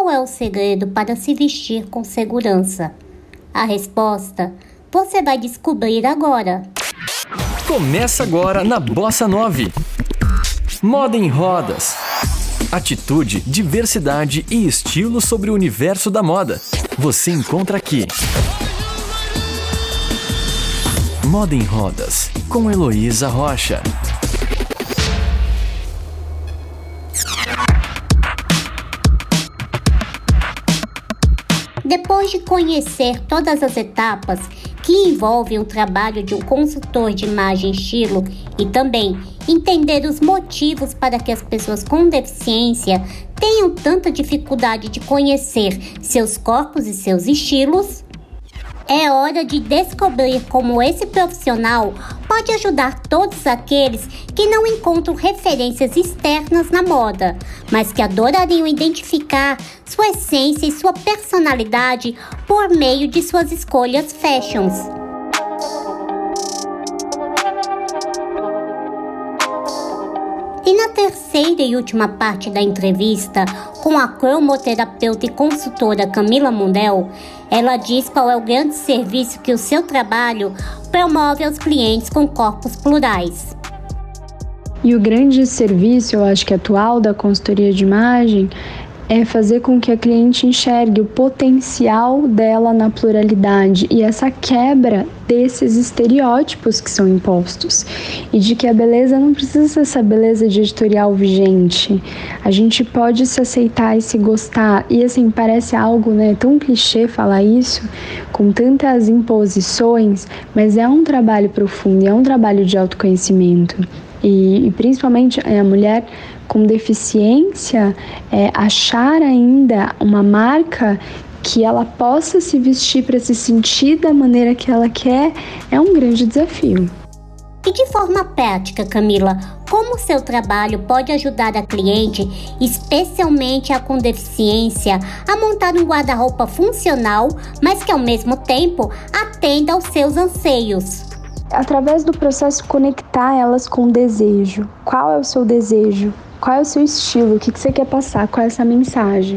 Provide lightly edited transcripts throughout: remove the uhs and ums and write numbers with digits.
qual é o segredo para se vestir com segurança? A resposta você vai descobrir agora. Começa agora na Bossa 9. Moda em rodas. Atitude, diversidade e estilo sobre o universo da moda. Você encontra aqui. Moda em Rodas, com Heloísa Rocha. Depois de conhecer todas as etapas que envolvem o trabalho de um consultor de imagem e estilo e também entender os motivos para que as pessoas com deficiência tenham tanta dificuldade de conhecer seus corpos e seus estilos, é hora de descobrir como esse profissional pode ajudar todos aqueles que não encontram referências externas na moda, mas que adorariam identificar sua essência e sua personalidade por meio de suas escolhas fashions. E na terceira e última parte da entrevista, com a cromoterapeuta e consultora Camila Mundel, ela diz qual é o grande serviço que o seu trabalho promove aos clientes com corpos plurais. E o grande serviço, eu acho que atual da consultoria de imagem, é fazer com que a cliente enxergue o potencial dela na pluralidade e essa quebra desses estereótipos que são impostos. E de que a beleza não precisa ser essa beleza de editorial vigente. A gente pode se aceitar e se gostar. E assim, parece algo, né, tão clichê falar isso, com tantas imposições, mas é um trabalho profundo, é um trabalho de autoconhecimento. E principalmente a mulher com deficiência, achar ainda uma marca que ela possa se vestir para se sentir da maneira que ela quer, é um grande desafio. E de forma prática, Camila, como o seu trabalho pode ajudar a cliente, especialmente a com deficiência, a montar um guarda-roupa funcional, mas que ao mesmo tempo atenda aos seus anseios? Através do processo, conectar elas com o desejo. Qual é o seu desejo? Qual é o seu estilo? O que você quer passar? Qual é essa mensagem?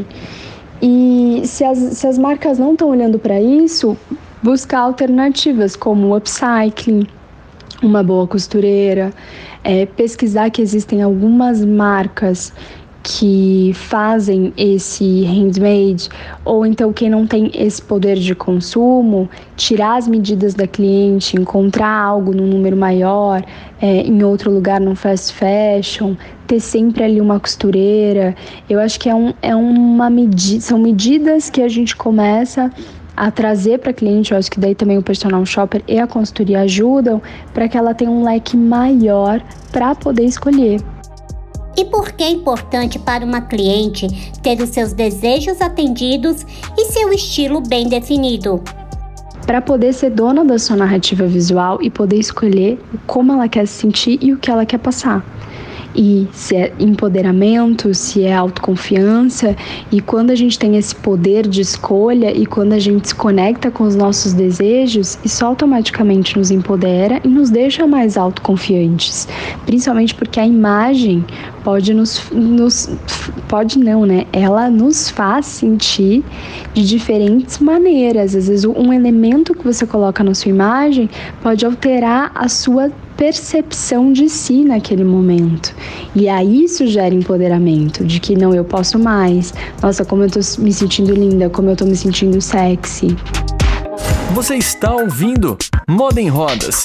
E se as marcas não estão olhando para isso, buscar alternativas como o upcycling, uma boa costureira, pesquisar que existem algumas marcas que fazem esse handmade, ou então quem não tem esse poder de consumo, tirar as medidas da cliente, encontrar algo num número maior, em outro lugar, num fast fashion, ter sempre ali uma costureira. Eu acho que são medidas que a gente começa a trazer para a cliente. Eu acho que daí também o personal shopper e a consultoria ajudam para que ela tenha um leque maior para poder escolher. E por que é importante para uma cliente ter os seus desejos atendidos e seu estilo bem definido? Para poder ser dona da sua narrativa visual e poder escolher como ela quer se sentir e o que ela quer passar. E se é empoderamento, se é autoconfiança, e quando a gente tem esse poder de escolha e quando a gente se conecta com os nossos desejos, isso automaticamente nos empodera e nos deixa mais autoconfiantes, principalmente porque a imagem ela nos faz sentir de diferentes maneiras. Às vezes um elemento que você coloca na sua imagem pode alterar a sua percepção de si naquele momento. E aí isso gera empoderamento, de que não, eu posso mais. Nossa, como eu tô me sentindo linda, como eu tô me sentindo sexy. Você está ouvindo Moda em Rodas.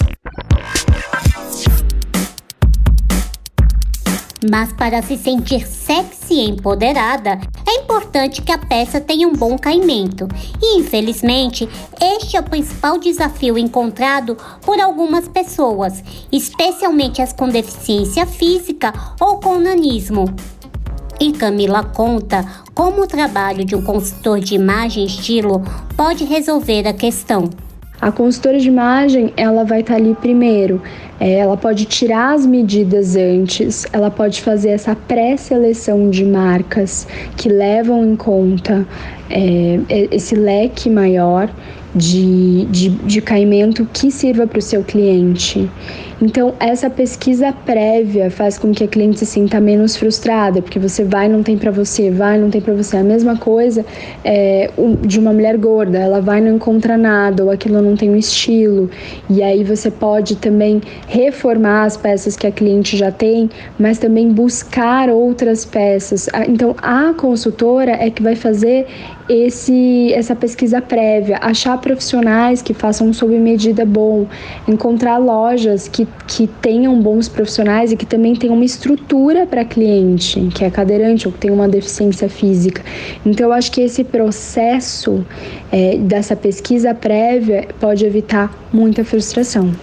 Mas para se sentir sexy e empoderada, é importante que a peça tenha um bom caimento. E, infelizmente, este é o principal desafio encontrado por algumas pessoas, especialmente as com deficiência física ou com nanismo. E Camila conta como o trabalho de um consultor de imagem e estilo pode resolver a questão. A consultora de imagem, ela vai estar ali primeiro, ela pode tirar as medidas antes, ela pode fazer essa pré-seleção de marcas que levam em conta esse leque maior de caimento que sirva para o seu cliente. Então, essa pesquisa prévia faz com que a cliente se sinta menos frustrada, porque você vai e não tem para você, vai e não tem para você. A mesma coisa de uma mulher gorda, ela vai e não encontra nada, ou aquilo não tem um estilo. E aí você pode também reformar as peças que a cliente já tem, mas também buscar outras peças. Então, a consultora é que vai fazer essa pesquisa prévia, achar profissionais que façam sob medida bom, encontrar lojas que tenham bons profissionais e que também tenham uma estrutura para cliente, que é cadeirante ou que tem uma deficiência física. Então, eu acho que esse processo dessa pesquisa prévia pode evitar muita frustração.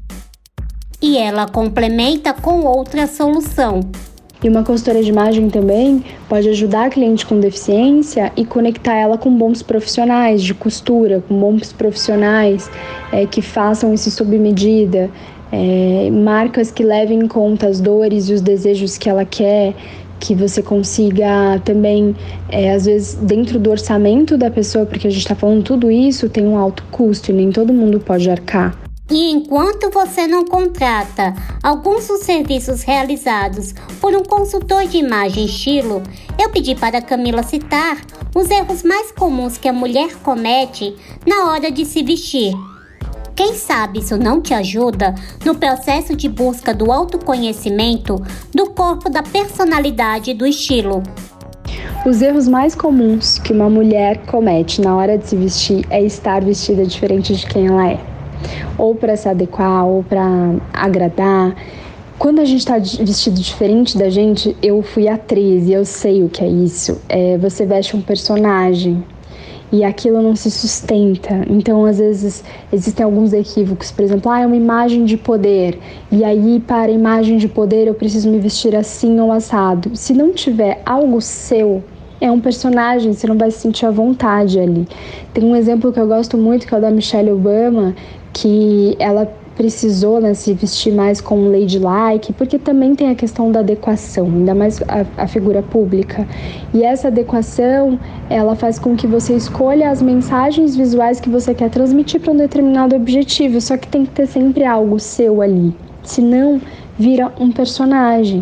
E ela complementa com outra solução. E uma consultora de imagem também pode ajudar a cliente com deficiência e conectar ela com bons profissionais de costura, com bons profissionais que façam isso sob medida, marcas que levem em conta as dores e os desejos que ela quer, que você consiga também, às vezes, dentro do orçamento da pessoa, porque a gente está falando tudo isso, tem um alto custo e nem todo mundo pode arcar. E enquanto você não contrata alguns dos serviços realizados por um consultor de imagem e estilo, eu pedi para a Camila citar os erros mais comuns que a mulher comete na hora de se vestir. Quem sabe isso não te ajuda no processo de busca do autoconhecimento do corpo, da personalidade e do estilo. Os erros mais comuns que uma mulher comete na hora de se vestir é estar vestida diferente de quem ela é. Ou para se adequar, ou para agradar. Quando a gente está vestido diferente da gente, eu fui atriz e eu sei o que é isso. Você veste um personagem e aquilo não se sustenta. Então, às vezes, existem alguns equívocos. Por exemplo, é uma imagem de poder. E aí, para a imagem de poder, eu preciso me vestir assim ou assado. Se não tiver algo seu, é um personagem, você não vai se sentir à vontade ali. Tem um exemplo que eu gosto muito, que é o da Michelle Obama, que ela precisou se vestir mais como ladylike, porque também tem a questão da adequação, ainda mais a figura pública. E essa adequação, ela faz com que você escolha as mensagens visuais que você quer transmitir para um determinado objetivo, só que tem que ter sempre algo seu ali, senão vira um personagem.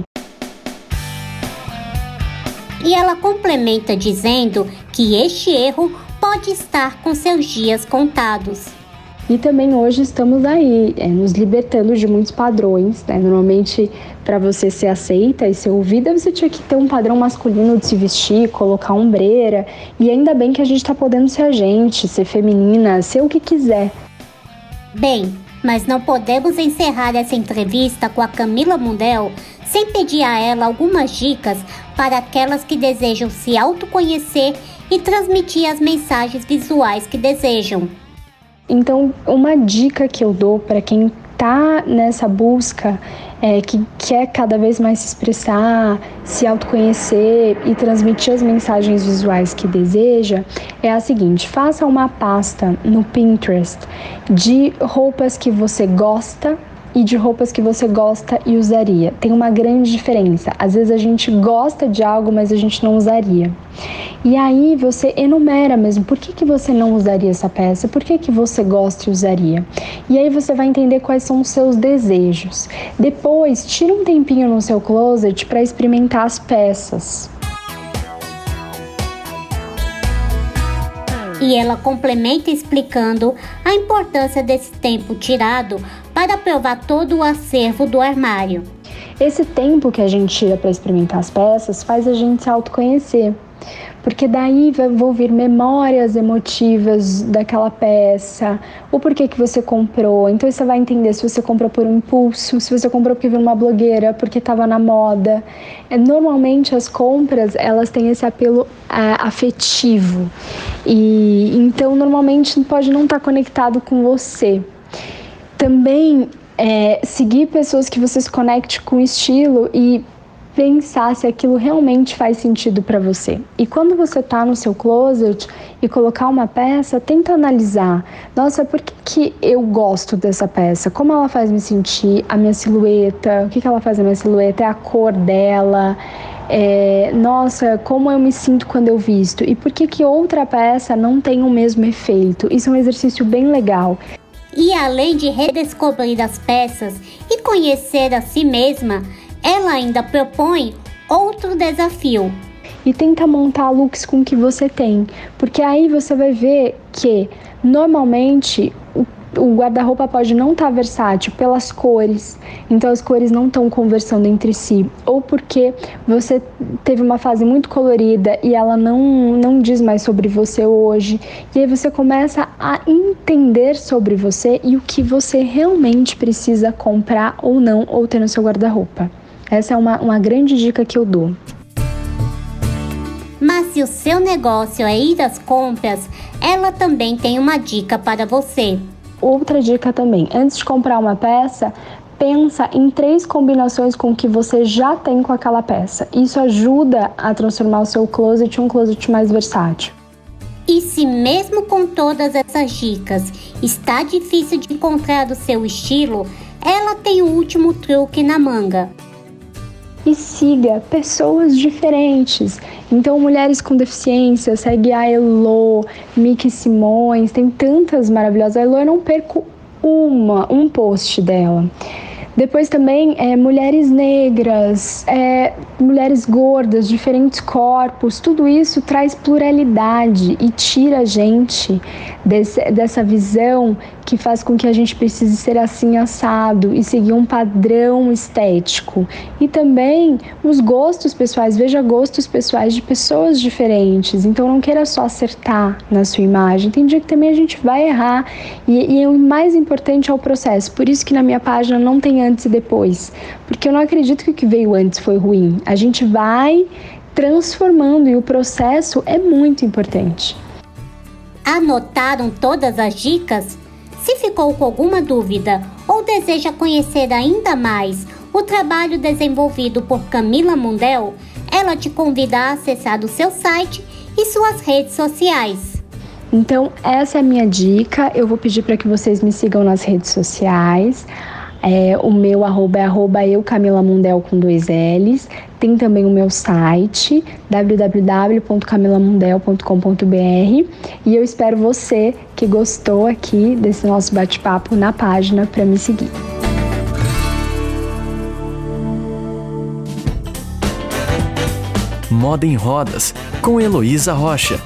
E ela complementa dizendo que este erro pode estar com seus dias contados. E também hoje estamos aí, nos libertando de muitos padrões, né? Normalmente, para você ser aceita e ser ouvida, você tinha que ter um padrão masculino de se vestir, colocar ombreira. E ainda bem que a gente está podendo ser a gente, ser feminina, ser o que quiser. Bem, mas não podemos encerrar essa entrevista com a Camila Mundel sem pedir a ela algumas dicas para aquelas que desejam se autoconhecer e transmitir as mensagens visuais que desejam. Então, uma dica que eu dou para quem está nessa busca, que quer cada vez mais se expressar, se autoconhecer e transmitir as mensagens visuais que deseja, é a seguinte: faça uma pasta no Pinterest de roupas que você gosta e de roupas que você gosta e usaria. Tem uma grande diferença. Às vezes a gente gosta de algo, mas a gente não usaria. E aí você enumera mesmo por que você não usaria essa peça, por que você gosta e usaria. E aí você vai entender quais são os seus desejos. Depois, tira um tempinho no seu closet para experimentar as peças. E ela complementa explicando a importância desse tempo tirado para provar todo o acervo do armário. Esse tempo que a gente tira para experimentar as peças faz a gente se autoconhecer, porque daí vão vir memórias emotivas daquela peça, o porquê que você comprou. Então você vai entender se você comprou por um impulso, se você comprou porque viu uma blogueira, porque estava na moda. Normalmente as compras, elas têm esse apelo afetivo, e então normalmente pode não estar conectado com você. Também seguir pessoas que você se conecte com o estilo e pensar se aquilo realmente faz sentido para você. E quando você tá no seu closet e colocar uma peça, tenta analisar. Nossa, por que eu gosto dessa peça? Como ela faz me sentir? A minha silhueta? O que ela faz na minha silhueta? É a cor dela? Nossa, como eu me sinto quando eu visto? E por que outra peça não tem o mesmo efeito? Isso é um exercício bem legal. E além de redescobrir as peças e conhecer a si mesma, ela ainda propõe outro desafio. E tenta montar looks com o que você tem, porque aí você vai ver que normalmente o guarda-roupa pode não estar versátil pelas cores, então as cores não estão conversando entre si, ou porque você teve uma fase muito colorida e ela não diz mais sobre você hoje, e aí você começa a entender sobre você e o que você realmente precisa comprar ou não, ou ter no seu guarda-roupa. Essa é uma grande dica que eu dou. Mas se o seu negócio é ir às compras, ela também tem uma dica para você. Outra dica também, antes de comprar uma peça, pensa em 3 combinações com o que você já tem com aquela peça. Isso ajuda a transformar o seu closet em um closet mais versátil. E se mesmo com todas essas dicas está difícil de encontrar o seu estilo, ela tem o último truque na manga. E siga pessoas diferentes. Então, mulheres com deficiência, segue a Elo, Miki Simões, tem tantas maravilhosas. A Elo, eu não perco um post dela. Depois também mulheres negras, mulheres gordas, diferentes corpos, tudo isso traz pluralidade e tira a gente dessa visão que faz com que a gente precise ser assim assado e seguir um padrão estético. E também os gostos pessoais, veja gostos pessoais de pessoas diferentes, então não queira só acertar na sua imagem, tem dia que também a gente vai errar e o mais importante é o processo, por isso que na minha página não tem antes e depois, porque eu não acredito que o que veio antes foi ruim, a gente vai transformando e o processo é muito importante. Anotaram todas as dicas? Se ficou com alguma dúvida ou deseja conhecer ainda mais o trabalho desenvolvido por Camila Mundel, ela te convida a acessar o seu site e suas redes sociais. Então, essa é a minha dica. Eu vou pedir para que vocês me sigam nas redes sociais. O meu @ é @eucamilamundel com 2 L's. Tem também o meu site, www.camilamundel.com.br. E eu espero você que gostou aqui desse nosso bate-papo na página para me seguir. Moda em Rodas, com Heloísa Rocha.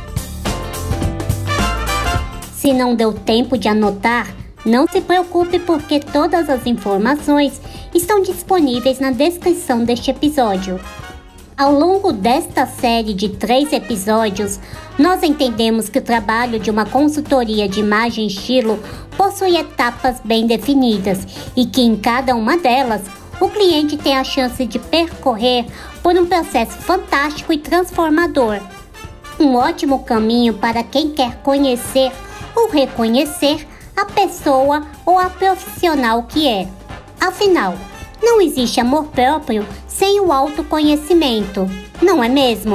Se não deu tempo de anotar, não se preocupe, porque todas as informações estão disponíveis na descrição deste episódio. Ao longo desta série de 3 episódios, nós entendemos que o trabalho de uma consultoria de imagem e estilo possui etapas bem definidas e que em cada uma delas, o cliente tem a chance de percorrer por um processo fantástico e transformador. Um ótimo caminho para quem quer conhecer ou reconhecer a pessoa ou a profissional que é. Afinal, não existe amor próprio sem o autoconhecimento, não é mesmo?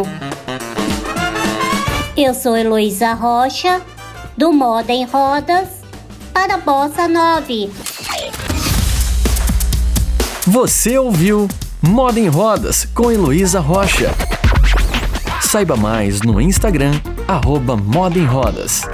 Eu sou Heloísa Rocha, do Moda em Rodas, para Bossa 9. Você ouviu Moda em Rodas com Heloísa Rocha. Saiba mais no Instagram @Moda em Rodas.